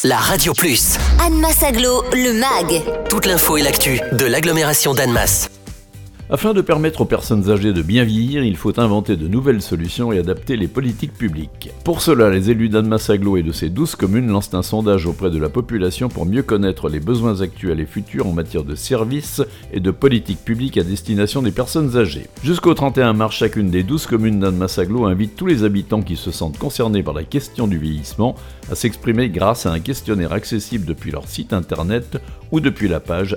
la Radio Plus. Annemasse Agglo, le MAG. Toute l'info et l'actu de l'agglomération d'Annemasse. Afin de permettre aux personnes âgées de bien vieillir, il faut inventer de nouvelles solutions et adapter les politiques publiques. Pour cela, les élus d'Annemasse Agglo et de ses 12 communes lancent un sondage auprès de la population pour mieux connaître les besoins actuels et futurs en matière de services et de politiques publiques à destination des personnes âgées. Jusqu'au 31 mars, chacune des 12 communes d'Annemasse Agglo invite tous les habitants qui se sentent concernés par la question du vieillissement à s'exprimer grâce à un questionnaire accessible depuis leur site internet ou depuis la page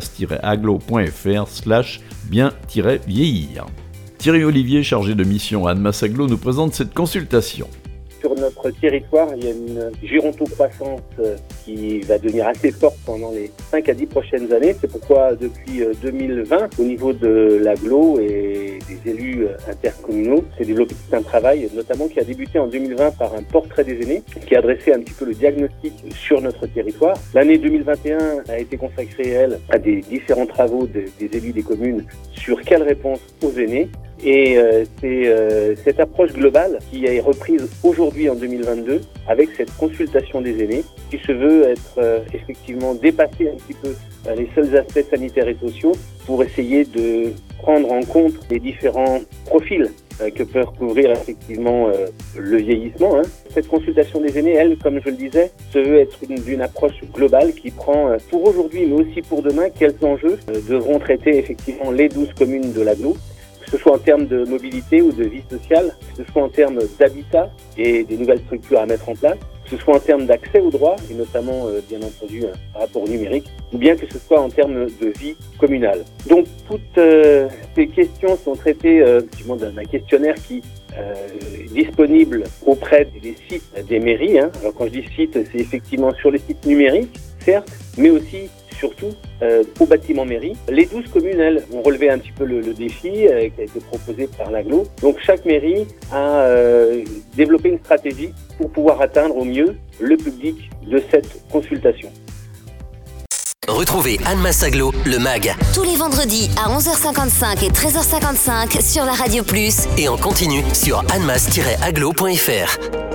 annemasse-agglo.fr/bien-vieillir. Thierry Olivier, chargé de mission à Annemasse Agglo, nous présente cette consultation. Sur notre territoire, il y a une gérontocroissance qui va devenir assez forte pendant les 5 à 10 prochaines années. C'est pourquoi depuis 2020, au niveau de l'agglo et des élus intercommunaux, s'est développé tout un travail, notamment qui a débuté en 2020 par un portrait des aînés, qui a adressé un petit peu le diagnostic sur notre territoire. L'année 2021 a été consacrée, elle, à des différents travaux des élus des communes sur quelle réponse aux aînés. Et c'est cette approche globale qui est reprise aujourd'hui en 2022 avec cette consultation des aînés qui se veut être effectivement dépasser un petit peu les seuls aspects sanitaires et sociaux pour essayer de prendre en compte les différents profils que peut recouvrir effectivement le vieillissement. Cette consultation des aînés, elle, comme je le disais, se veut être d'une approche globale qui prend pour aujourd'hui mais aussi pour demain quels enjeux devront traiter effectivement les 12 communes de l'agglo, que ce soit en termes de mobilité ou de vie sociale, que ce soit en termes d'habitat et des nouvelles structures à mettre en place, que ce soit en termes d'accès aux droits, et notamment, bien entendu, par rapport au numérique, ou bien que ce soit en termes de vie communale. Donc, toutes ces questions sont traitées d'un questionnaire qui est disponible auprès des sites des mairies. Alors, quand je dis site, c'est effectivement sur les sites numériques, certes, mais aussi surtout au bâtiment mairie. Les 12 communes, elles, ont relevé un petit peu le défi qui a été proposé par l'agglo. Donc chaque mairie a développé une stratégie pour pouvoir atteindre au mieux le public de cette consultation. Retrouvez Annemasse Agglo, le MAG. Tous les vendredis à 11h55 et 13h55 sur la Radio Plus. Et en continu sur annemasse-agglo.fr.